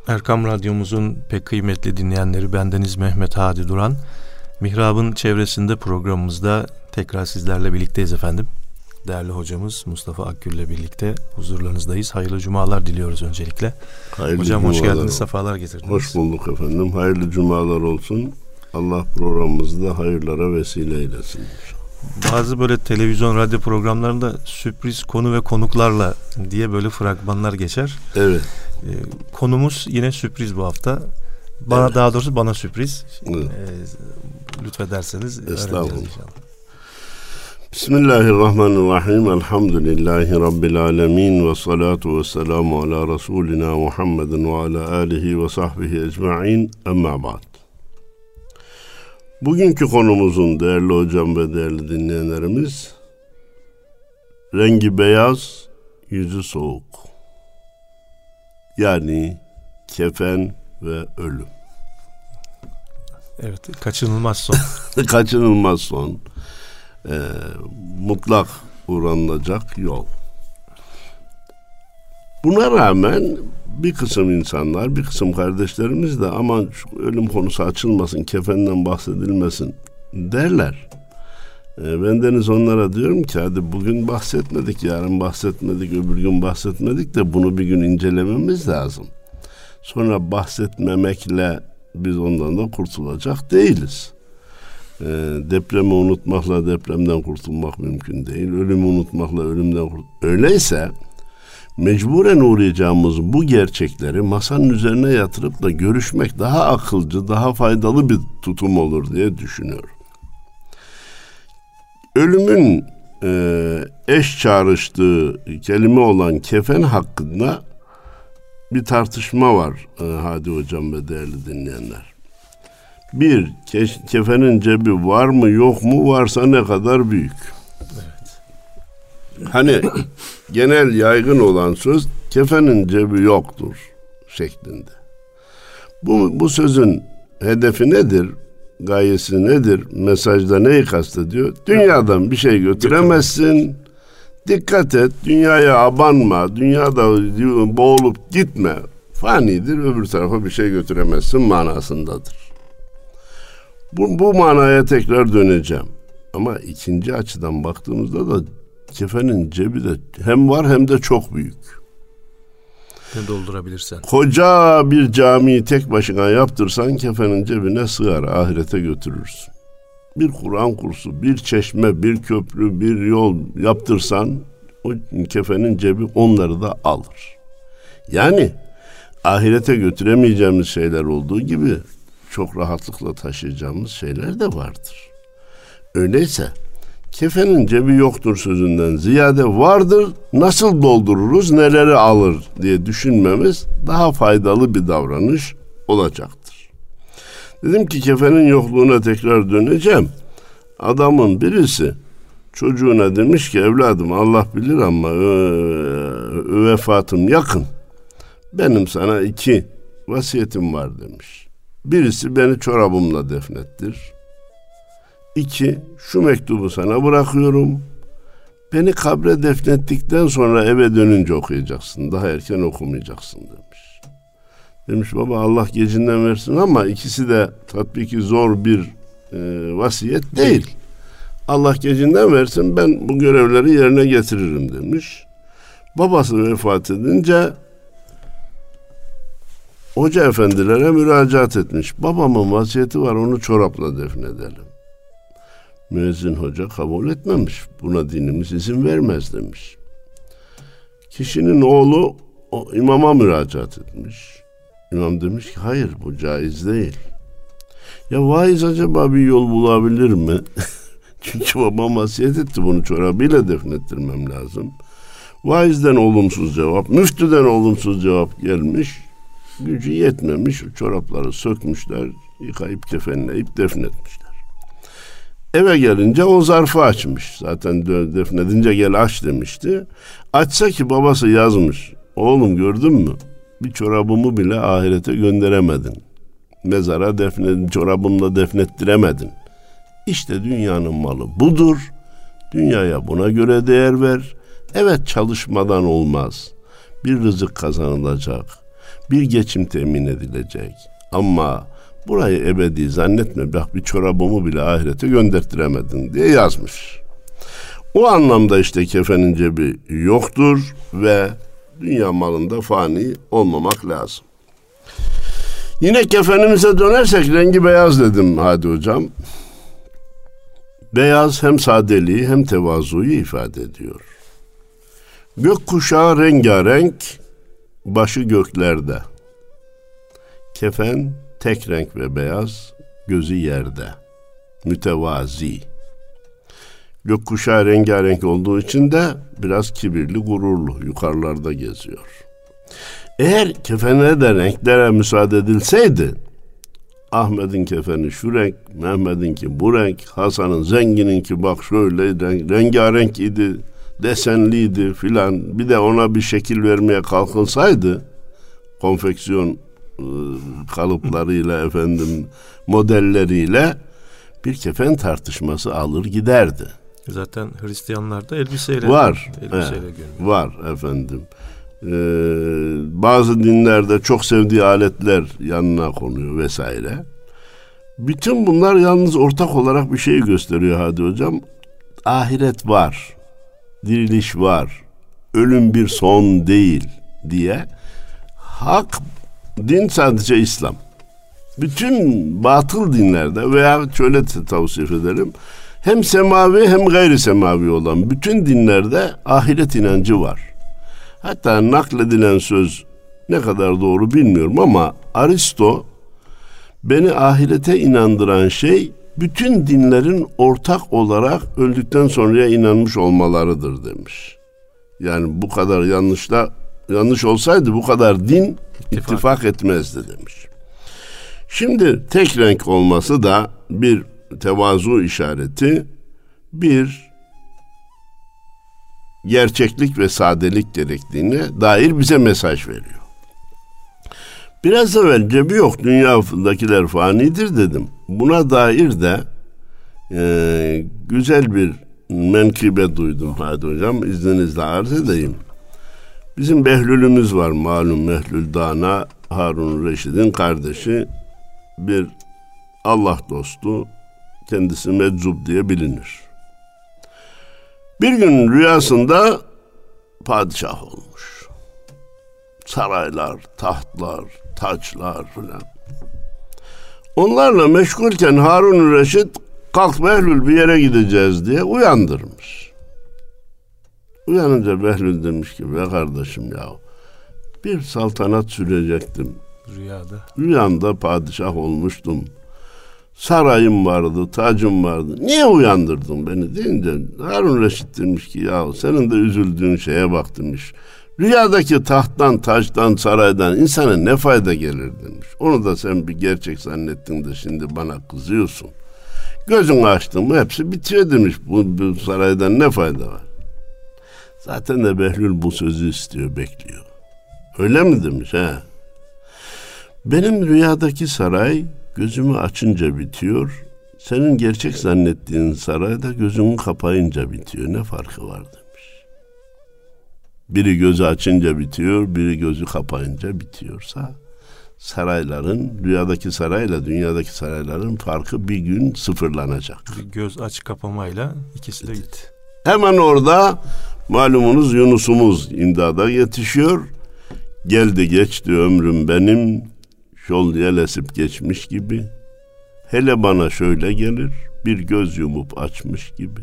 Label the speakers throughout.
Speaker 1: Erkam Radyomuzun pek kıymetli dinleyenleri, bendeniz Mehmet Hadi Duran. Mihrab'ın çevresinde programımızda tekrar sizlerle birlikteyiz efendim. Değerli hocamız Mustafa Akgül'le birlikte huzurlarınızdayız. Hayırlı cumalar diliyoruz öncelikle.
Speaker 2: Hayırlı
Speaker 1: hocam hoş geldiniz,
Speaker 2: olsun.
Speaker 1: sefalar getirdiniz.
Speaker 2: Hoş bulduk efendim. Hayırlı cumalar olsun. Allah programımızda hayırlara vesile eylesin.
Speaker 1: Bazı böyle televizyon, radyo programlarında sürpriz konu ve konuklarla diye böyle fragmanlar geçer.
Speaker 2: Evet.
Speaker 1: Konumuz yine sürpriz bu hafta. Bana, evet. Daha doğrusu bana sürpriz. Evet. Lütfederseniz öğreneceğiz inşallah.
Speaker 2: Bismillahirrahmanirrahim. Elhamdülillahi Rabbil alemin. Ve salatu ve selamu ala Resulina Muhammedin ve ala alihi ve sahbihi ecma'in. Amma ba'd. Bugünkü konumuzun değerli hocam ve değerli dinleyenlerimiz, rengi beyaz, yüzü soğuk. Yani kefen ve ölüm.
Speaker 1: Evet, kaçınılmaz son.
Speaker 2: Kaçınılmaz son. Mutlak uğranılacak yol. Buna rağmen bir kısım insanlar, bir kısım kardeşlerimiz de aman şu ölüm konusu açılmasın, kefenden bahsedilmesin derler. Bendeniz onlara diyorum ki hadi bugün bahsetmedik, yarın bahsetmedik, öbür gün bahsetmedik de bunu bir gün incelememiz lazım. Sonra bahsetmemekle biz ondan da kurtulacak değiliz. Depremi unutmakla depremden kurtulmak mümkün değil. Ölümü unutmakla ölümden öyleyse mecburen uğrayacağımız bu gerçekleri masanın üzerine yatırıp da görüşmek daha akılcı, daha faydalı bir tutum olur diye düşünüyorum. Ölümün eş çağrıştığı kelime olan kefen hakkında bir tartışma var Hadi hocam ve değerli dinleyenler. Bir, kefenin cebi var mı yok mu, varsa ne kadar büyük? Evet. Hani genel yaygın olan söz kefenin cebi yoktur şeklinde. Bu sözün hedefi nedir? Gayesi nedir? Mesajda neyi kastediyor? Dünyadan bir şey götüremezsin. Dikkat et, dünyaya abanma, dünyada boğulup gitme. Fanidir, öbür tarafa bir şey götüremezsin manasındadır. Bu manaya tekrar döneceğim. Ama ikinci açıdan baktığımızda da kefenin cebi de hem var hem de çok büyük.
Speaker 1: Ne doldurabilirsen.
Speaker 2: Koca bir camiyi tek başına yaptırsan kefenin cebine sığar, ahirete götürürsün. Bir Kur'an kursu, bir çeşme, bir köprü, bir yol yaptırsan o kefenin cebi onları da alır. Yani ahirete götüremeyeceğimiz şeyler olduğu gibi çok rahatlıkla taşıyacağımız şeyler de vardır. Öyleyse kefenin cebi yoktur sözünden ziyade vardır, nasıl doldururuz, neleri alır diye düşünmemiz daha faydalı bir davranış olacaktır. Dedim ki kefenin yokluğuna tekrar döneceğim. Adamın birisi çocuğuna demiş ki evladım Allah bilir ama vefatım yakın. Benim sana 2 vasiyetim var demiş. Birisi beni çorabımla defnettir. 2, şu mektubu sana bırakıyorum. Beni kabre defnettikten sonra eve dönünce okuyacaksın. Daha erken okumayacaksın demiş. Demiş baba Allah gecinden versin ama ikisi de tatbiki zor bir vasiyet değil. Allah gecinden versin ben bu görevleri yerine getiririm demiş. Babası vefat edince hoca efendilere müracaat etmiş. Babamın vasiyeti var onu çorapla defnedelim. Müezzin hoca kabul etmemiş. Buna dinimiz izin vermez demiş. Kişinin oğlu imama müracaat etmiş. İmam demiş ki hayır bu caiz değil. Ya vaiz acaba bir yol bulabilir mi? Çünkü babam vasiyet etti bunu çorabıyla defnettirmem lazım. Vaizden olumsuz cevap, müftüden olumsuz cevap gelmiş. Gücü yetmemiş, çorapları sökmüşler, yıkayıp kefenleyip defnetmişler. Eve gelince o zarfı açmış. Zaten defnedince gel aç demişti. Açsa ki babası yazmış. Oğlum gördün mü? Bir çorabımı bile ahirete gönderemedin. Mezara çorabımla defnettiremedin. İşte dünyanın malı budur. Dünyaya buna göre değer ver. Evet çalışmadan olmaz. Bir rızık kazanılacak. Bir geçim temin edilecek. Ama burayı ebedi zannetme. Bak bir çorabımı bile ahirete göndertiremedin diye yazmış. O anlamda işte kefenin cebi yoktur ve dünya malında fani olmamak lazım. Yine kefenimize dönersek rengi beyaz dedim Hadi Hocam. Beyaz hem sadeliği hem tevazuyu ifade ediyor. Gökkuşağı rengarenk, başı göklerde. Kefen tek renk ve beyaz, gözü yerde. Mütevazi. Gökkuşağı rengarenk olduğu için de biraz kibirli, gururlu, yukarılarda geziyor. Eğer kefene de renklere müsaade edilseydi, Ahmet'in kefeni şu renk, Mehmet'inki bu renk, Hasan'ın, zengininki bak şöyle rengarenk idi, desenliydi filan. Bir de ona bir şekil vermeye kalkılsaydı, konfeksiyon kalıplarıyla modelleriyle bir kefen tartışması alır giderdi.
Speaker 1: Zaten Hristiyanlarda elbiseyle
Speaker 2: var.
Speaker 1: Görünüyor.
Speaker 2: Var efendim. Bazı dinlerde çok sevdiği aletler yanına konuyor vesaire. Bütün bunlar yalnız ortak olarak bir şey gösteriyor Hadi Hocam. Ahiret var, diriliş var, ölüm bir son değil diye. Hak din sadece İslam. Bütün batıl dinlerde veya şöyle tavsiye edelim, hem semavi hem gayri semavi olan bütün dinlerde ahiret inancı var. Hatta nakledilen söz ne kadar doğru bilmiyorum ama Aristo beni ahirete inandıran şey bütün dinlerin ortak olarak öldükten sonraya inanmış olmalarıdır demiş. Yani bu kadar yanlış olsaydı bu kadar din ittifak etmezdi demiş. Şimdi tek renk olması da bir tevazu işareti, bir gerçeklik ve sadelik gerektiğine dair bize mesaj veriyor. Biraz evvel cebi yok, dünyadakiler fanidir dedim. Buna dair de güzel bir menkıbe duydum Hadi Hocam, izninizle arz edeyim. Bizim Behlül'ümüz var malum, Behlül Dana, Harun Reşid'in kardeşi, bir Allah dostu, kendisi Meczub diye bilinir. Bir gün rüyasında padişah olmuş. Saraylar, tahtlar, taçlar filan. Onlarla meşgulken Harun Reşid kalk Behlül bir yere gideceğiz diye uyandırmış. Uyanınca Behlül demiş ki be kardeşim ya bir saltanat sürecektim. Rüyamda padişah olmuştum. Sarayım vardı, tacım vardı. Niye uyandırdın beni deyince Harun Reşit demiş ki ya senin de üzüldüğün şeye bak demiş. Rüyadaki tahttan, taçtan, saraydan insana ne fayda gelir demiş. Onu da sen bir gerçek zannettin de şimdi bana kızıyorsun. Gözünü açtın mı hepsi bitiyor demiş. Bu saraydan ne fayda var? Zaten de Behlül bu sözü istiyor, bekliyor. Öyle mi demiş ha? Benim rüyadaki saray gözümü açınca bitiyor. Senin gerçek zannettiğin sarayda gözünü kapayınca bitiyor. Ne farkı var demiş. Biri gözü açınca bitiyor, biri gözü kapayınca bitiyorsa sarayların, rüyadaki sarayla dünyadaki sarayların farkı bir gün sıfırlanacak.
Speaker 1: Bir göz aç kapamayla ikisi de gitti.
Speaker 2: Hemen orada malumunuz Yunus'umuz imdada yetişiyor. Geldi geçti ömrüm benim, yol yel esip geçmiş gibi. Hele bana şöyle gelir, bir göz yumup açmış gibi.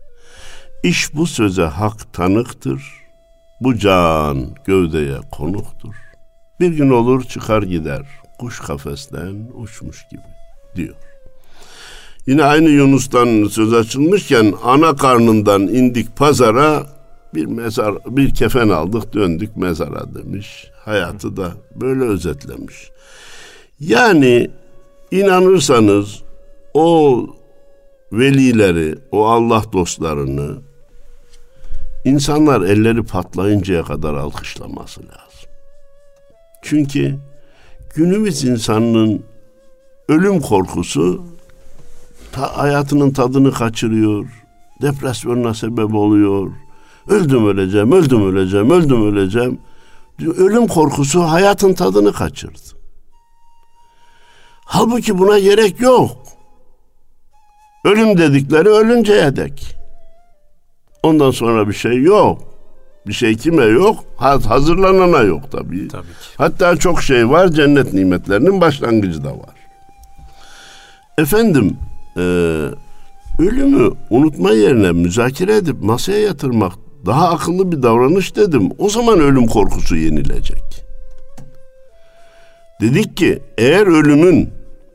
Speaker 2: İş bu söze hak tanıktır, bu can gövdeye konuktur. Bir gün olur çıkar gider, kuş kafesten uçmuş gibi diyor. Yine aynı Yunus'tan söz açılmışken ana karnından indik pazara, bir kefen aldık döndük mezara demiş. Hayatı da böyle özetlemiş. Yani inanırsanız o velileri, o Allah dostlarını insanlar elleri patlayıncaya kadar alkışlaması lazım. Çünkü günümüz insanının ölüm korkusu hayatının tadını kaçırıyor, depresyonuna sebep oluyor. Öldüm öleceğim. Ölüm korkusu hayatın tadını kaçırdı. Halbuki buna gerek yok. Ölüm dedikleri ölünceye dek. Ondan sonra bir şey yok. Bir şey kime yok? Hazırlanana yok tabii.
Speaker 1: Tabii ki.
Speaker 2: Hatta çok şey var, cennet nimetlerinin başlangıcı da var. Efendim, ölümü unutma yerine müzakere edip masaya yatırmak daha akıllı bir davranış dedim. O zaman ölüm korkusu yenilecek. Dedik ki eğer ölümün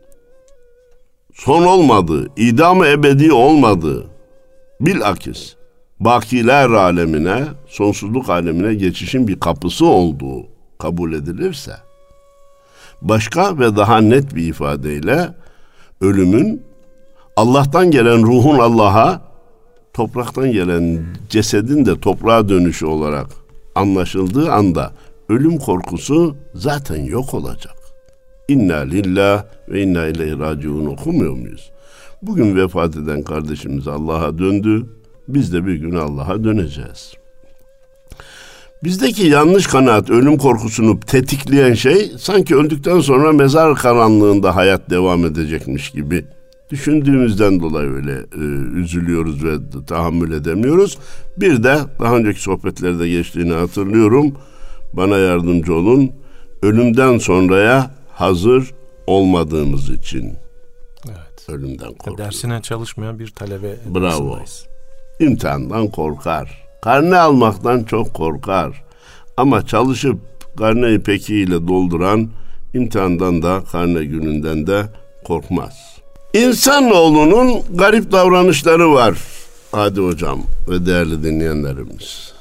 Speaker 2: son olmadığı, idam-ı ebedi olmadığı, bilakis bakiler alemine, sonsuzluk alemine geçişin bir kapısı olduğu kabul edilirse, başka ve daha net bir ifadeyle ölümün Allah'tan gelen ruhun Allah'a, topraktan gelen cesedin de toprağa dönüşü olarak anlaşıldığı anda ölüm korkusu zaten yok olacak. İnna lillah ve inna ileyhi raciun okumuyor muyuz? Bugün vefat eden kardeşimiz Allah'a döndü. Biz de bir gün Allah'a döneceğiz. Bizdeki yanlış kanaat, ölüm korkusunu tetikleyen şey sanki öldükten sonra mezar karanlığında hayat devam edecekmiş gibi düşündüğümüzden dolayı öyle üzülüyoruz ve tahammül edemiyoruz. Bir de daha önceki sohbetlerde geçtiğini hatırlıyorum. Bana yardımcı olun. Ölümden sonraya hazır olmadığımız için.
Speaker 1: Evet.
Speaker 2: Ölümden korkuyoruz.
Speaker 1: Dersine çalışmayan bir talebe.
Speaker 2: Bravo. İmtihandan korkar. Karne almaktan çok korkar. Ama çalışıp karneyi pekiyle dolduran imtihandan da karne gününden de korkmaz. İnsanoğlunun garip davranışları var. Hadi hocam ve değerli dinleyenlerimiz.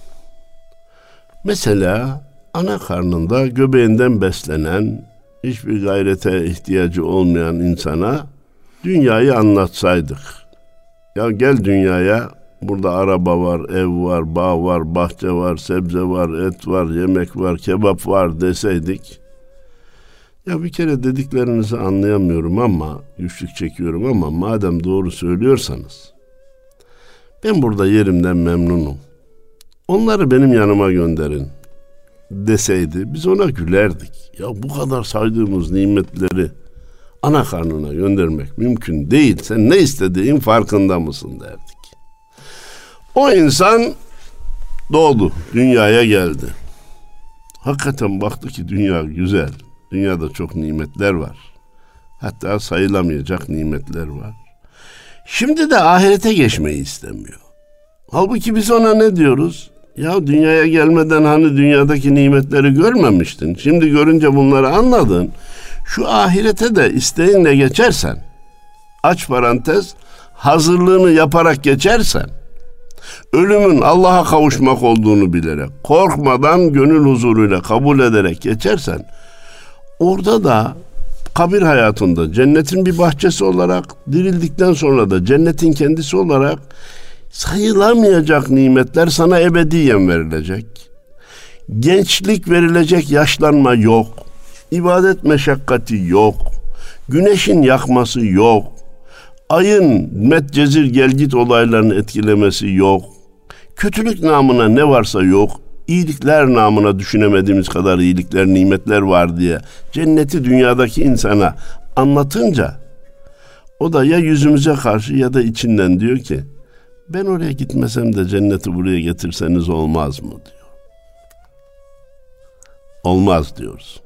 Speaker 2: Mesela ana karnında göbeğinden beslenen, hiçbir gayrete ihtiyacı olmayan insana dünyayı anlatsaydık. Ya gel dünyaya, burada araba var, ev var, bağ var, bahçe var, sebze var, et var, yemek var, kebap var deseydik. Ya bir kere dediklerinizi anlayamıyorum ama, güçlük çekiyorum ama madem doğru söylüyorsanız, ben burada yerimden memnunum. Onları benim yanıma gönderin deseydi biz ona gülerdik. Ya bu kadar saydığımız nimetleri ana karnına göndermek mümkün değil. Sen ne istediğin farkında mısın derdik. O insan doğdu, dünyaya geldi. Hakikaten baktı ki dünya güzel. Dünyada çok nimetler var. Hatta sayılamayacak nimetler var. Şimdi de ahirete geçmeyi istemiyor. Halbuki biz ona ne diyoruz? Ya dünyaya gelmeden hani dünyadaki nimetleri görmemiştin. Şimdi görünce bunları anladın. Şu ahirete de isteğinle geçersen, aç parantez, hazırlığını yaparak geçersen, ölümün Allah'a kavuşmak olduğunu bilerek, korkmadan gönül huzuruyla kabul ederek geçersen, orada da kabir hayatında cennetin bir bahçesi olarak, dirildikten sonra da cennetin kendisi olarak sayılamayacak nimetler sana ebediyen verilecek. Gençlik verilecek, yaşlanma yok. İbadet meşakkati yok. Güneşin yakması yok. Ayın metcezir gelgit olaylarını etkilemesi yok. Kötülük namına ne varsa yok. İyilikler namına düşünemediğimiz kadar iyilikler, nimetler var diye cenneti dünyadaki insana anlatınca o da ya yüzümüze karşı ya da içinden diyor ki ben oraya gitmesem de cenneti buraya getirseniz olmaz mı diyor. Olmaz diyoruz.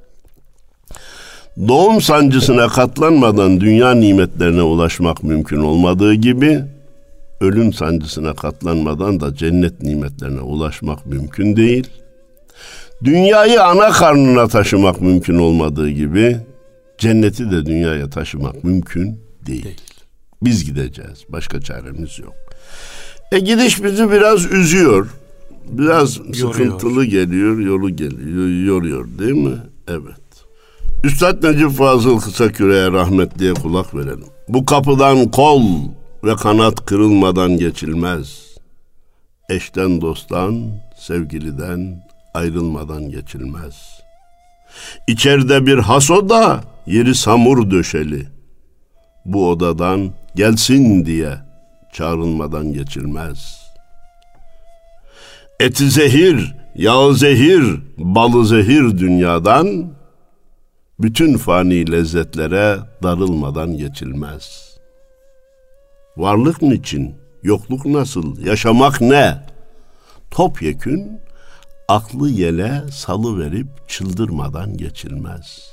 Speaker 2: Doğum sancısına katlanmadan dünya nimetlerine ulaşmak mümkün olmadığı gibi ölüm sancısına katlanmadan da cennet nimetlerine ulaşmak mümkün değil. Dünyayı ana karnına taşımak mümkün olmadığı gibi cenneti de dünyaya taşımak mümkün değil. Biz gideceğiz. Başka çaremiz yok. Gidiş bizi biraz üzüyor. Biraz sıkıntılı geliyor, yolu geliyor, yoruyor değil mi? Evet. Üstad Necip Fazıl Kısaküre'ye rahmetliye kulak verelim. Bu kapıdan kol ve kanat kırılmadan geçilmez. Eşten dosttan, sevgiliden ayrılmadan geçilmez. İçeride bir has oda, yeri samur döşeli. Bu odadan gelsin diye çağrılmadan geçilmez. Eti zehir, Yağı zehir, balı zehir dünyadan, bütün fani lezzetlere darılmadan geçilmez. Varlık niçin, yokluk nasıl, yaşamak ne? Topyekün aklı yele salıverip çıldırmadan geçilmez.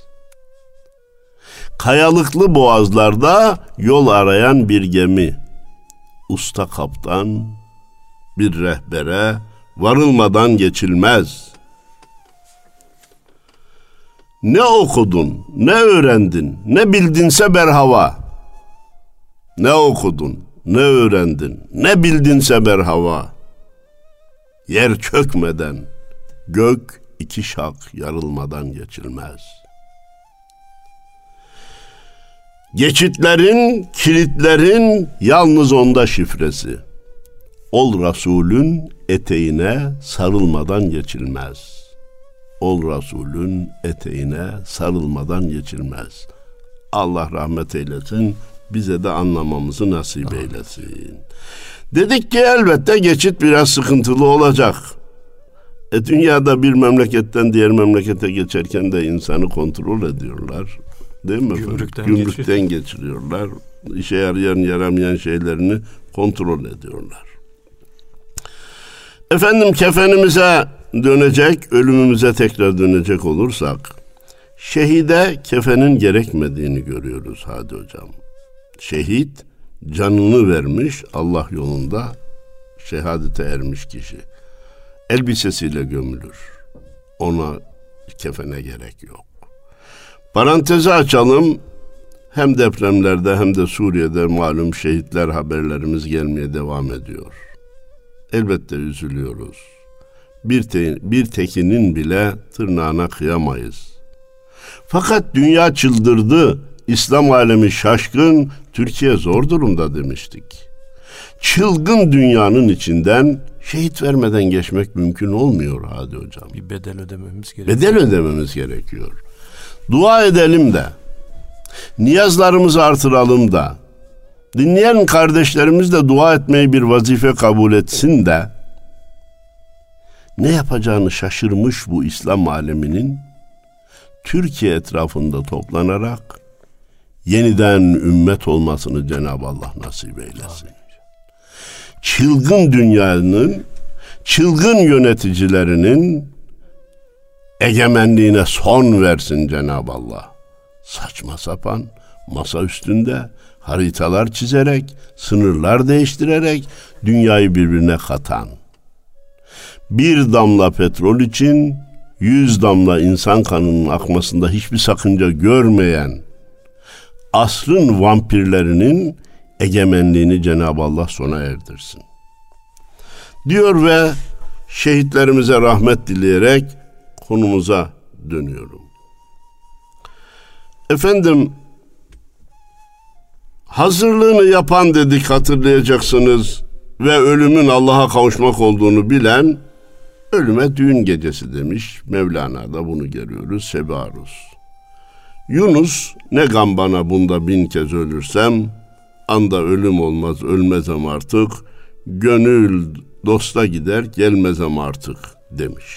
Speaker 2: Kayalıklı boğazlarda yol arayan bir gemi, usta kaptan bir rehbere varılmadan geçilmez. Ne okudun, ne öğrendin, ne bildinse berhava. Ne okudun, ne öğrendin, ne bildinse berhava. Yer çökmeden, gök iki şak yarılmadan geçilmez. Geçitlerin, kilitlerin yalnız onda şifresi. Ol Resulün eteğine sarılmadan geçilmez. Ol Resulün eteğine sarılmadan geçilmez. Allah rahmet eylesin, bize de anlamamızı nasip eylesin. Dedik ki elbette geçit biraz sıkıntılı olacak. Dünyada bir memleketten diğer memlekete geçerken de insanı kontrol ediyorlar. Değil mi? Gümrükten geçiriyorlar. İşe yarayan yaramayan şeylerini kontrol ediyorlar. Efendim kefenimize dönecek, ölümümüze tekrar dönecek olursak, şehide kefenin gerekmediğini görüyoruz Hadi Hocam. Şehit canını vermiş, Allah yolunda şehadete ermiş kişi. Elbisesiyle gömülür. Ona kefene gerek yok. Parantezi açalım. Hem depremlerde hem de Suriye'de malum şehitler haberlerimiz gelmeye devam ediyor. Elbette üzülüyoruz. Bir tekinin bile tırnağına kıyamayız. Fakat dünya çıldırdı, İslam alemi şaşkın, Türkiye zor durumda demiştik. Çılgın dünyanın içinden şehit vermeden geçmek mümkün olmuyor Hadi Hocam.
Speaker 1: Bir bedel ödememiz gerekiyor.
Speaker 2: Bedel ödememiz gerekiyor. Dua edelim de, niyazlarımızı artıralım da, dinleyen kardeşlerimiz de dua etmeyi bir vazife kabul etsin de, ne yapacağını şaşırmış bu İslam aleminin, Türkiye etrafında toplanarak yeniden ümmet olmasını Cenab-ı Allah nasip eylesin. Çılgın dünyanın, çılgın yöneticilerinin egemenliğine son versin Cenab-ı Allah. Saçma sapan, masa üstünde haritalar çizerek, sınırlar değiştirerek dünyayı birbirine katan, bir damla petrol için 100 damla insan kanının akmasında hiçbir sakınca görmeyen asrın vampirlerinin egemenliğini Cenab-ı Allah sona erdirsin. Diyor ve şehitlerimize rahmet dileyerek konumuza dönüyorum. Efendim, hazırlığını yapan dedik, hatırlayacaksınız, ve ölümün Allah'a kavuşmak olduğunu bilen ölüme düğün gecesi demiş. Mevlana'da bunu görüyoruz. Sebarus. Yunus, ne gam bana bunda 1000 kez ölürsem, anda ölüm olmaz ölmezem artık, gönül dosta gider gelmezem artık demiş.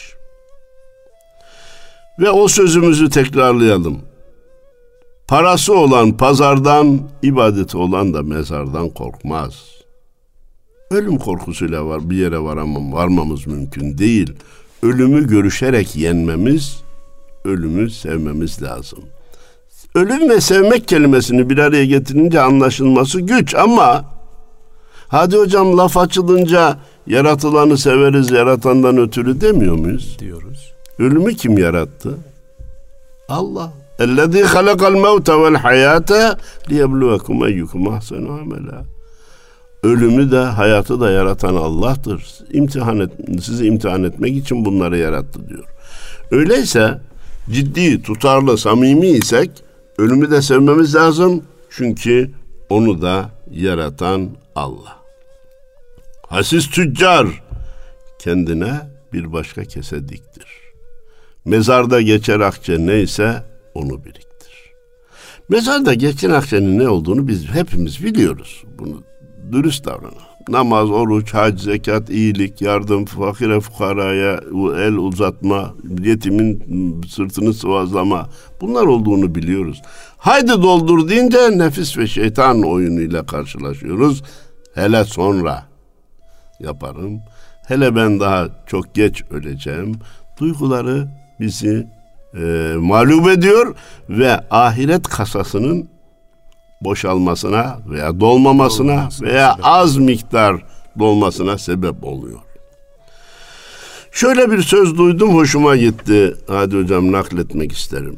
Speaker 2: Ve o sözümüzü tekrarlayalım. Parası olan pazardan, ibadeti olan da mezardan korkmaz. Ölüm korkusuyla bir yere varmamız mümkün değil. Ölümü görüşerek yenmemiz, ölümü sevmemiz lazım. Ölüm ve sevmek kelimesini bir araya getirince anlaşılması güç ama hadi hocam laf açılınca yaratılanı severiz, yaratandan ötürü demiyor muyuz?
Speaker 1: Diyoruz.
Speaker 2: Ölümü kim yarattı? Allah. اَلَّذ۪ي خَلَقَ الْمَوْتَ وَالْحَيَاةَ لِيَبْلُوَكُمْ اَيُّكُمْ اَحْسَنُ عَمَلًا. Ölümü de hayatı da yaratan Allah'tır. Sizi imtihan etmek için bunları yarattı diyor. Öyleyse ciddi, tutarlı, samimi isek ölümü de sevmemiz lazım. Çünkü onu da yaratan Allah. Hasis tüccar kendine bir başka kese diktir. Mezarda geçer akçe neyse onu biriktir. Mezarda geçen akçenin ne olduğunu biz hepimiz biliyoruz. Bunu dürüst davranalım. namaz, oruç, hac, zekat, iyilik, yardım, fakire fukaraya el uzatma, yetimin sırtını sıvazlama, bunlar olduğunu biliyoruz. Haydi doldur deyince nefis ve şeytan oyunuyla karşılaşıyoruz. Hele sonra yaparım, hele ben daha çok geç öleceğim. Duyguları bizi mağlup ediyor ve ahiret kasasının boşalmasına veya dolmamasına veya az miktar dolmasına sebep oluyor. Şöyle bir söz duydum, hoşuma gitti. Hadi hocam, nakletmek isterim.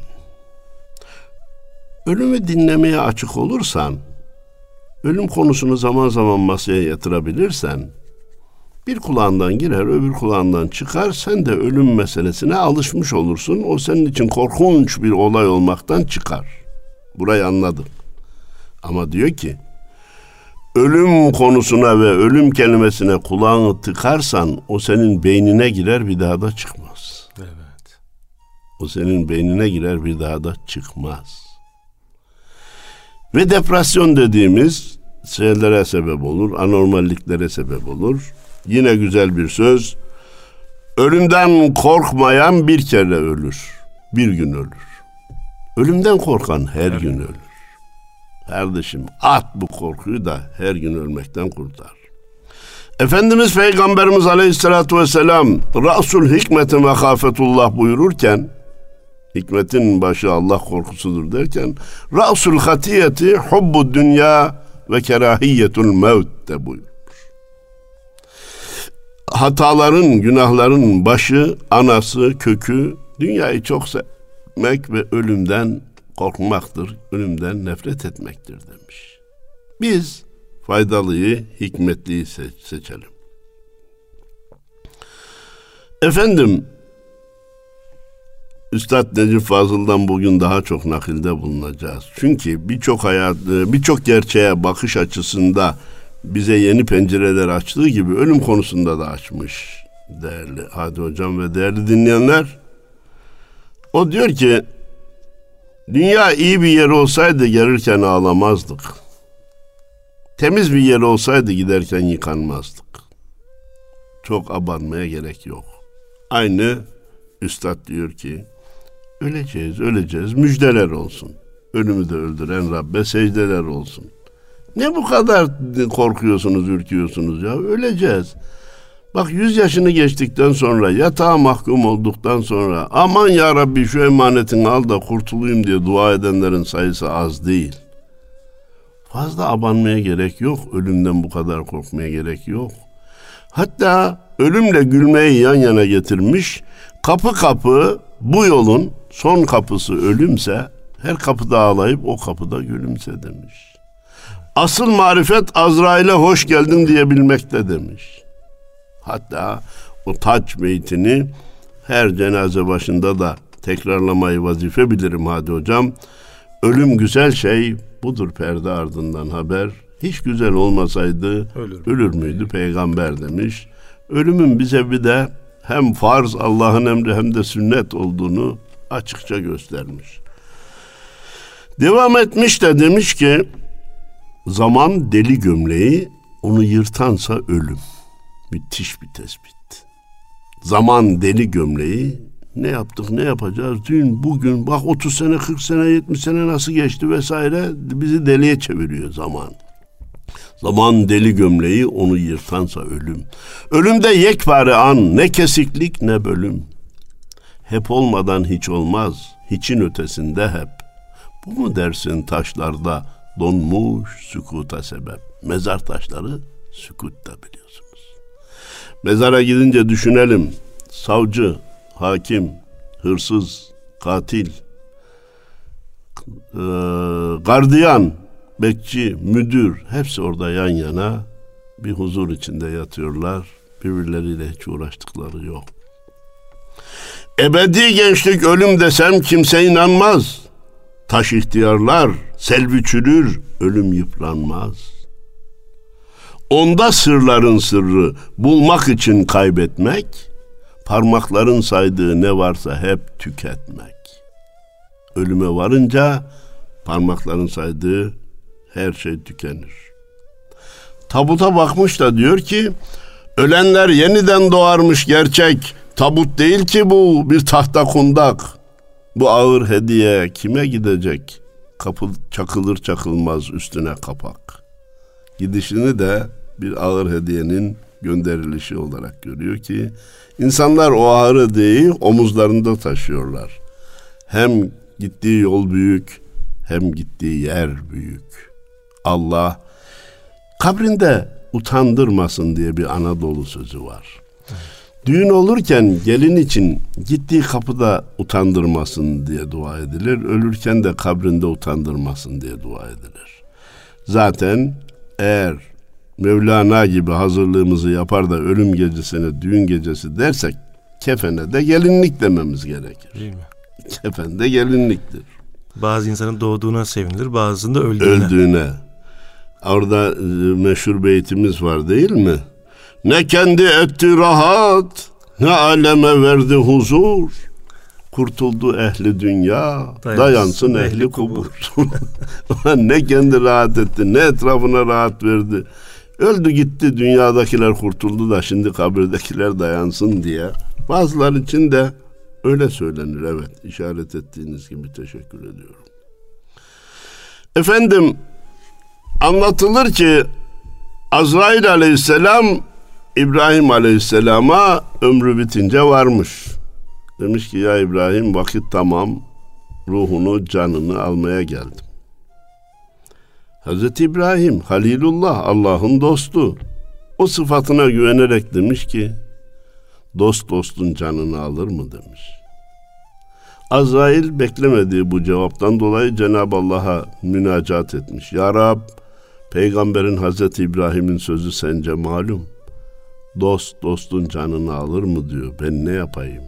Speaker 2: Ölümü dinlemeye açık olursan, ölüm konusunu zaman zaman masaya yatırabilirsen, bir kulağından girer, öbür kulağından çıkar, sen de ölüm meselesine alışmış olursun. O senin için korkunç bir olay olmaktan çıkar. Burayı anladım. Ama diyor ki, ölüm konusuna ve ölüm kelimesine kulağını tıkarsan, o senin beynine girer, bir daha da çıkmaz.
Speaker 1: Evet.
Speaker 2: O senin beynine girer, bir daha da çıkmaz. Ve depresyon dediğimiz şeylere sebep olur, anormalliklere sebep olur. Yine güzel bir söz, ölümden korkmayan bir kere ölür, bir gün ölür. Ölümden korkan her gün ölür. Kardeşim, at bu korkuyu da her gün ölmekten kurtar. Efendimiz Peygamberimiz Aleyhisselatü Vesselam Ra'sul hikmeti mekafetullah buyururken, hikmetin başı Allah korkusudur derken, Ra'sul hatiyeti hubbu dünya ve kerahiyyetul mevt de buyurur. Hataların, günahların başı, anası, kökü dünyayı çok sevmek ve ölümden korkmaktır, ölümden nefret etmektir demiş. Biz faydalıyı, hikmetliyi seçelim. Efendim, Üstad Necip Fazıl'dan bugün daha çok nakilde bulunacağız. Çünkü birçok gerçeğe bakış açısında bize yeni pencereler açtığı gibi ölüm konusunda da açmış değerli Hadi Hocam ve değerli dinleyenler. O diyor ki, dünya iyi bir yer olsaydı gelirken ağlamazdık. Temiz bir yer olsaydı giderken yıkanmazdık. Çok abanmaya gerek yok. Aynı Üstad diyor ki, öleceğiz, müjdeler olsun. Ölümü de öldüren Rabbe secdeler olsun. Ne bu kadar korkuyorsunuz, ürküyorsunuz ya? Öleceğiz. Bak, 100 yaşını geçtikten sonra, yatağa mahkum olduktan sonra, aman ya Rabbi şu emanetini al da kurtulayım diye dua edenlerin sayısı az değil. Fazla abanmaya gerek yok. Ölümden bu kadar korkmaya gerek yok. Hatta ölümle gülmeyi yan yana getirmiş. Kapı kapı bu yolun son kapısı ölümse, her kapıda ağlayıp o kapıda gülümse demiş. Asıl marifet Azrail'e hoş geldin diyebilmekte demiş. Hatta o tac beytini her cenaze başında da tekrarlamayı vazife bilirim Hadi Hocam. Ölüm güzel şey, budur perde ardından haber. Hiç güzel olmasaydı ölür müydü peygamber demiş. Ölümün bize bir de hem farz, Allah'ın emri, hem de sünnet olduğunu açıkça göstermiş. Devam etmiş de demiş ki, zaman deli gömleği, onu yırtansa ölüm. Müthiş bir tespit. Zaman deli gömleği, ne yaptık, ne yapacağız, dün, bugün, bak 30 sene, 40 sene, 70 sene nasıl geçti vesaire, bizi deliye çeviriyor zaman. Zaman deli gömleği, onu yırtansa ölüm. Ölümde yekpare an, ne kesiklik ne bölüm. Hep olmadan hiç olmaz, hiçin ötesinde hep. Bu mu dersin taşlarda donmuş sükuta sebep? Mezar taşları sükutta biliyorsunuz. Mezara gidince düşünelim. Savcı, hakim, hırsız, katil, gardiyan, bekçi, müdür, hepsi orada yan yana bir huzur içinde yatıyorlar. Birbirleriyle hiç uğraştıkları yok. Ebedi gençlik ölüm desem kimse inanmaz. Taş ihtiyarlar, selvi çürür, ölüm yıpranmaz. Onda sırların sırrı bulmak için kaybetmek, parmakların saydığı ne varsa hep tüketmek. Ölüme varınca parmakların saydığı her şey tükenir. Tabuta bakmış da diyor ki ölenler yeniden doğarmış gerçek. Tabut değil ki bu, bir tahta kundak. Bu ağır hediye kime gidecek? Kapı çakılır çakılmaz üstüne kapak. Gidişini de bir ağır hediyenin gönderilişi olarak görüyor ki insanlar o ağır hediyeyi omuzlarında taşıyorlar. Hem gittiği yol büyük, hem gittiği yer büyük. Allah kabrinde utandırmasın diye bir Anadolu sözü var. Düğün olurken gelin için gittiği kapıda utandırmasın diye dua edilir. Ölürken de kabrinde utandırmasın diye dua edilir. Zaten eğer Mevlana gibi hazırlığımızı yapar da ölüm gecesine düğün gecesi dersek kefene de gelinlik dememiz gerekir. Değil mi? Kefen de gelinliktir.
Speaker 1: Bazı insanın doğduğuna sevinilir, bazısında öldüğüne.
Speaker 2: Orada meşhur beytimiz var değil mi? Ne kendi etti rahat, ne aleme verdi huzur. Kurtuldu ehli dünya, dayansın ehli kubur. Ne kendi rahat etti, ne etrafına rahat verdi. Öldü gitti, dünyadakiler kurtuldu da şimdi kabirdekiler dayansın diye. Bazıları için de öyle söylenir, evet. İşaret ettiğiniz gibi, teşekkür ediyorum. Efendim, anlatılır ki Azrail aleyhisselam İbrahim aleyhisselama ömrü bitince varmış. Demiş ki ya İbrahim, vakit tamam, ruhunu, canını almaya geldim. Hazreti İbrahim Halilullah, Allah'ın dostu, o sıfatına güvenerek demiş ki dost dostun canını alır mı demiş. Azrail beklemediği bu cevaptan dolayı Cenab-ı Allah'a münacat etmiş. Ya Rab, peygamberin Hazreti İbrahim'in sözü sence malum. Dost dostun canını alır mı diyor. Ben ne yapayım?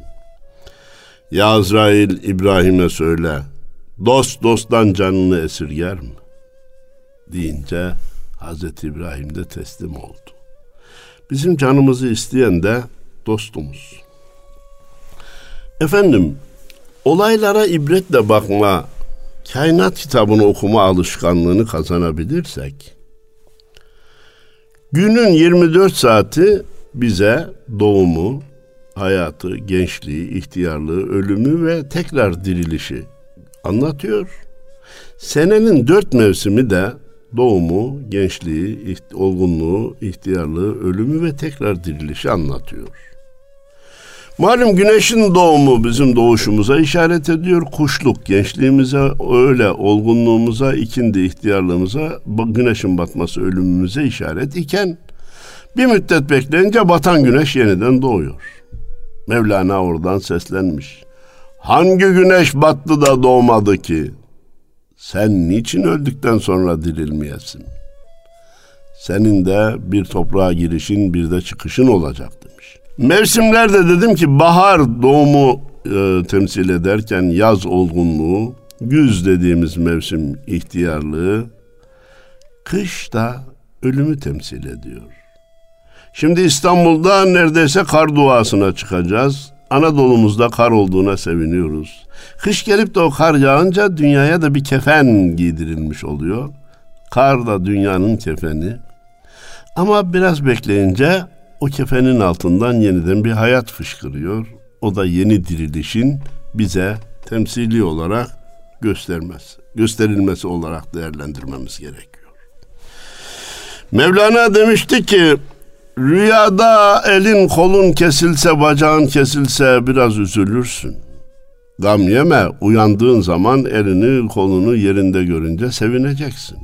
Speaker 2: Ya Azrail, İbrahim'e söyle, dost dosttan canını esirger mi? Deyince Hazreti İbrahim de teslim oldu. Bizim canımızı isteyen de dostumuz. Efendim, olaylara ibretle bakma, kainat kitabını okuma alışkanlığını kazanabilirsek, günün 24 saati bize doğumu, hayatı, gençliği, ihtiyarlığı, ölümü ve tekrar dirilişi anlatıyor. Senenin 4 mevsimi de doğumu, gençliği, olgunluğu, ihtiyarlığı, ölümü ve tekrar dirilişi anlatıyor. Malum güneşin doğumu bizim doğuşumuza işaret ediyor. Kuşluk gençliğimize, öyle olgunluğumuza, ikindi ihtiyarlığımıza, güneşin batması ölümümüze işaret iken bir müddet bekleyince batan güneş yeniden doğuyor. Mevlana oradan seslenmiş. Hangi güneş battı da doğmadı ki? Sen niçin öldükten sonra dirilmeyesin? Senin de bir toprağa girişin, bir de çıkışın olacak demiş. Mevsimlerde dedim ki bahar doğumu temsil ederken yaz olgunluğu, güz dediğimiz mevsim ihtiyarlığı, kış da ölümü temsil ediyor. Şimdi İstanbul'da neredeyse kar duasına çıkacağız. Anadolu'muzda kar olduğuna seviniyoruz. Kış gelip de o kar yağınca dünyaya da bir kefen giydirilmiş oluyor. Kar da dünyanın kefeni. Ama biraz bekleyince o kefenin altından yeniden bir hayat fışkırıyor. O da yeni dirilişin bize temsili olarak gösterilmesi olarak değerlendirmemiz gerekiyor. Mevlana demişti ki, rüyada elin kolun kesilse, bacağın kesilse biraz üzülürsün. Gam yeme, uyandığın zaman elini kolunu yerinde görünce sevineceksin.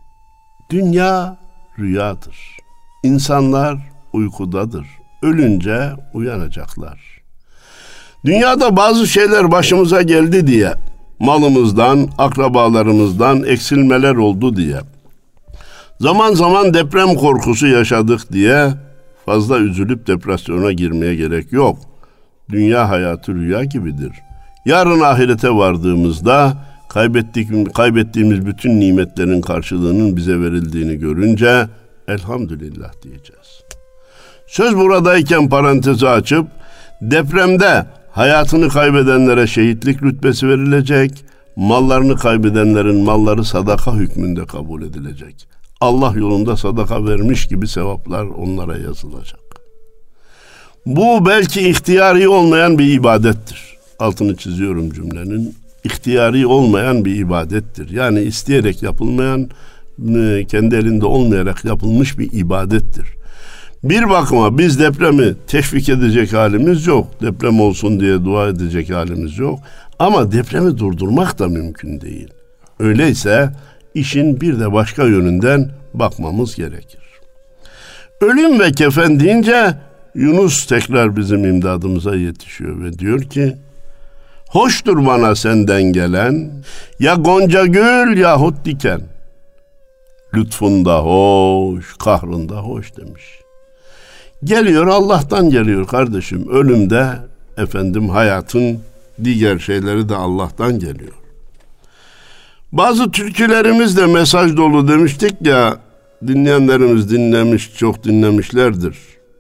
Speaker 2: Dünya rüyadır. İnsanlar uykudadır. Ölünce uyanacaklar. Dünyada bazı şeyler başımıza geldi diye, malımızdan, akrabalarımızdan eksilmeler oldu diye, zaman zaman deprem korkusu yaşadık diye fazla üzülüp depresyona girmeye gerek yok. Dünya hayatı rüya gibidir. Yarın ahirete vardığımızda kaybettiğimiz bütün nimetlerin karşılığının bize verildiğini görünce elhamdülillah diyeceğiz. Söz buradayken parantezi açıp depremde hayatını kaybedenlere şehitlik rütbesi verilecek, mallarını kaybedenlerin malları sadaka hükmünde kabul edilecek. Allah yolunda sadaka vermiş gibi sevaplar onlara yazılacak. Bu belki ihtiyari olmayan bir ibadettir. Altını çiziyorum cümlenin. İhtiyari olmayan bir ibadettir. Yani isteyerek yapılmayan, kendi elinde olmayarak yapılmış bir ibadettir. Bir bakıma biz depremi teşvik edecek halimiz yok. Deprem olsun diye dua edecek halimiz yok. Ama depremi durdurmak da mümkün değil. Öyleyse işin bir de başka yönünden bakmamız gerekir. Ölüm ve kefen deyince Yunus tekrar bizim imdadımıza yetişiyor ve diyor ki, hoştur bana senden gelen, ya gonca gül yahut diken. Lütfunda hoş, kahrında hoş demiş. Geliyor, Allah'tan geliyor kardeşim. Ölümde hayatın diğer şeyleri de Allah'tan geliyor. Bazı türkülerimiz de mesaj dolu demiştik ya, dinleyenlerimiz dinlemiş, çok dinlemişlerdir.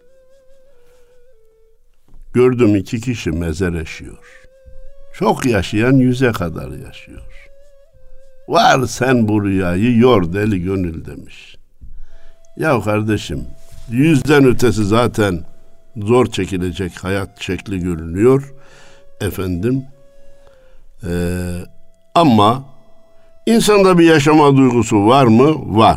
Speaker 2: Gördüm 2 kişi mezar eşiyor. Çok yaşayan 100'e kadar yaşıyor. Var sen bu rüyayı yor deli gönül demiş. Ya kardeşim, 100'den ötesi zaten zor çekilecek hayat şekli görünüyor. Ama insanda bir yaşama duygusu var mı? Var.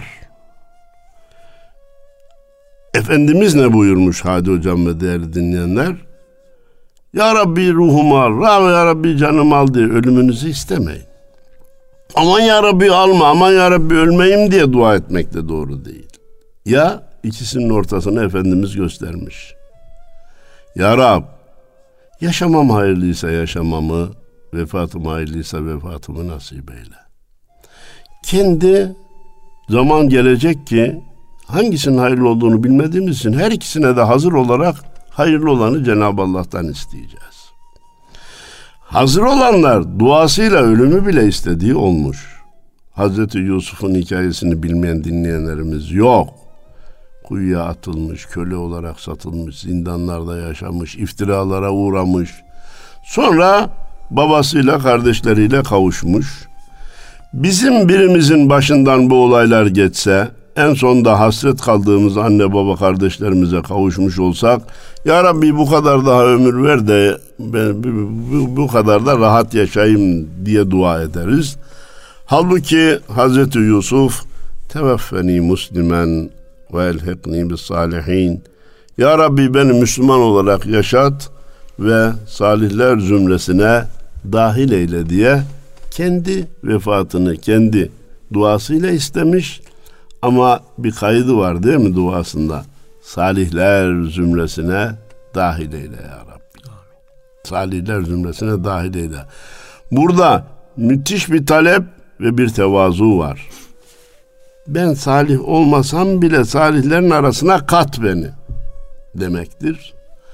Speaker 2: Efendimiz ne buyurmuş Hadi Hocam ve değerli dinleyenler? Ya Rabbi ruhumu al, Ya Rabbi canımı al diye ölümünüzü istemeyin. Aman Ya Rabbi alma, aman Ya Rabbi ölmeyeyim diye dua etmek de doğru değil. Ya ikisinin ortasını Efendimiz göstermiş. Ya Rab, yaşamam hayırlıysa yaşamamı, vefatım hayırlıysa vefatımı nasip eyle. Kendi zaman gelecek ki hangisinin hayırlı olduğunu bilmediğimiz için her ikisine de hazır olarak hayırlı olanı Cenab-ı Allah'tan isteyeceğiz. Hazır olanlar duasıyla ölümü bile istediği olmuş. Hazreti Yusuf'un hikayesini bilmeyen dinleyenlerimiz yok. Kuyuya atılmış, köle olarak satılmış, zindanlarda yaşamış, iftiralara uğramış. Sonra babasıyla, kardeşleriyle kavuşmuş. Bizim birimizin başından bu olaylar geçse, en sonda hasret kaldığımız anne baba kardeşlerimize kavuşmuş olsak, Ya Rabbi bu kadar daha ömür ver de bu kadar da rahat yaşayayım diye dua ederiz. Halbuki Hazreti Yusuf teveffeni muslimen ve elhikni bis salihin. Ya Rabbi beni Müslüman olarak yaşat ve salihler zümresine dahil eyle diye kendi vefatını kendi duasıyla istemiş. Ama bir kaydı var değil mi duasında? Salihler zümresine dahil eyle ya Rabbi. Salihler zümresine dahil eyle. Burada müthiş bir talep ve bir tevazu var. Ben salih olmasam bile salihlerin arasına kat beni demektir.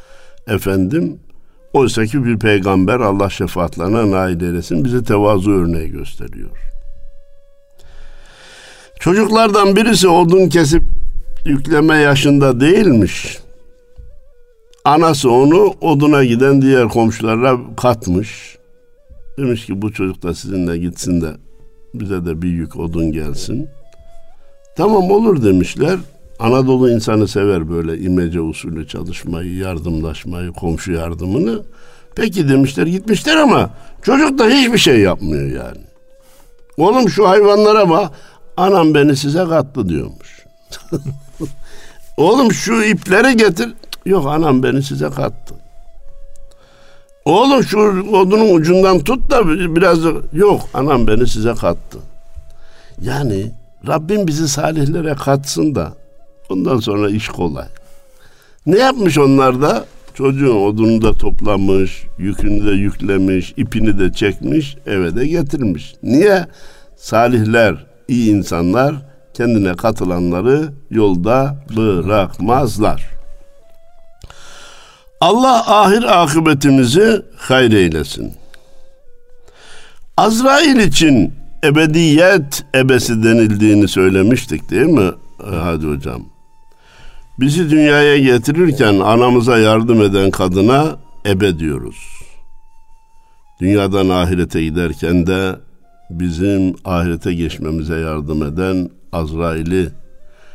Speaker 2: Oysa ki bir peygamber Allah şefaatlerine nail eylesin bize tevazu örneği gösteriyor. Çocuklardan birisi odun kesip yükleme yaşında değilmiş. Anası onu oduna giden diğer komşulara katmış. Demiş ki bu çocuk da sizinle gitsin de bize de bir yük odun gelsin. Tamam olur demişler. Anadolu insanı sever böyle imece usulü çalışmayı, yardımlaşmayı, komşu yardımını. Peki demişler, gitmişler ama çocuk da hiçbir şey yapmıyor yani. Oğlum şu hayvanlara bak, anam beni size kattı diyormuş. Oğlum şu ipleri getir, yok anam beni size kattı. Oğlum şu odunun ucundan tut da biraz da, yok anam beni size kattı. Yani Rabbim bizi salihlere katsın da ondan sonra iş kolay. Ne yapmış onlar da? Çocuğun odunu da toplamış, yükünü de yüklemiş, ipini de çekmiş, eve de getirmiş. Niye? Salihler, iyi insanlar kendine katılanları yolda bırakmazlar. Allah ahir akıbetimizi hayır eylesin. Azrail için ebediyet ebesi denildiğini söylemiştik değil mi Hadi Hocam? Bizi dünyaya getirirken anamıza yardım eden kadına ebe diyoruz. Dünyadan ahirete giderken de bizim ahirete geçmemize yardım eden Azrail'i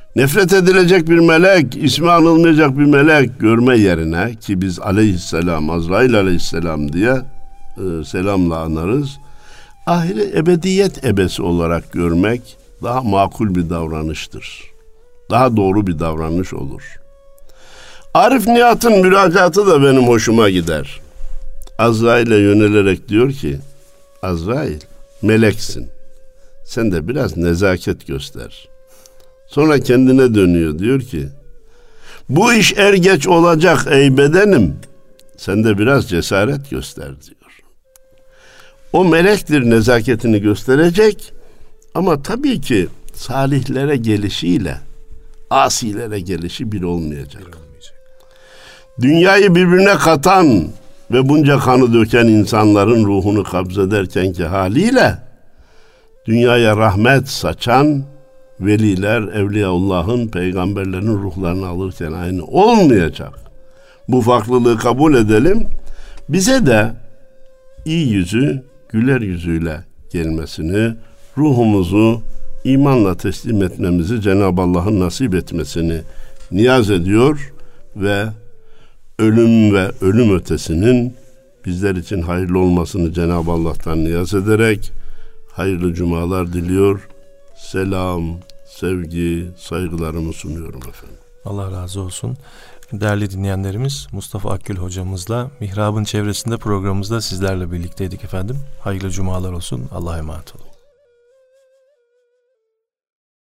Speaker 2: Nefret edilecek bir melek, ismi anılmayacak bir melek görme yerine, ki biz aleyhisselam, Azrail aleyhisselam diye selamla anarız, ahire ebediyet ebesi olarak görmek daha makul bir davranıştır. Daha doğru bir davranış olur. Arif Nihat'ın müracaatı da benim hoşuma gider. Azrail'e yönelerek diyor ki, Azrail meleksin, sen de biraz nezaket göster. Sonra kendine dönüyor, diyor ki, bu iş er geç olacak ey bedenim, sen de biraz cesaret göster diyor. O melektir, nezaketini gösterecek ama tabii ki salihlere gelişiyle asilere gelişi bir olmayacak. Dünyayı birbirine katan ve bunca kanı döken insanların ruhunu kabzederkenki haliyle dünyaya rahmet saçan veliler, Evliyaullah'ın, peygamberlerin ruhlarını alırken aynı olmayacak. Bu farklılığı kabul edelim. Bize de iyi yüzü, güler yüzüyle gelmesini, ruhumuzu imanla teslim etmemizi Cenab-ı Allah'ın nasip etmesini niyaz ediyor ve ölüm ve ölüm ötesinin bizler için hayırlı olmasını Cenab-ı Allah'tan niyaz ederek hayırlı cumalar diliyor. Selam, sevgi, saygılarımı sunuyorum efendim.
Speaker 1: Allah razı olsun. Değerli dinleyenlerimiz, Mustafa Akgül hocamızla Mihrab'ın çevresinde programımızda sizlerle birlikteydik efendim. Hayırlı cumalar olsun. Allah'a emanet olun.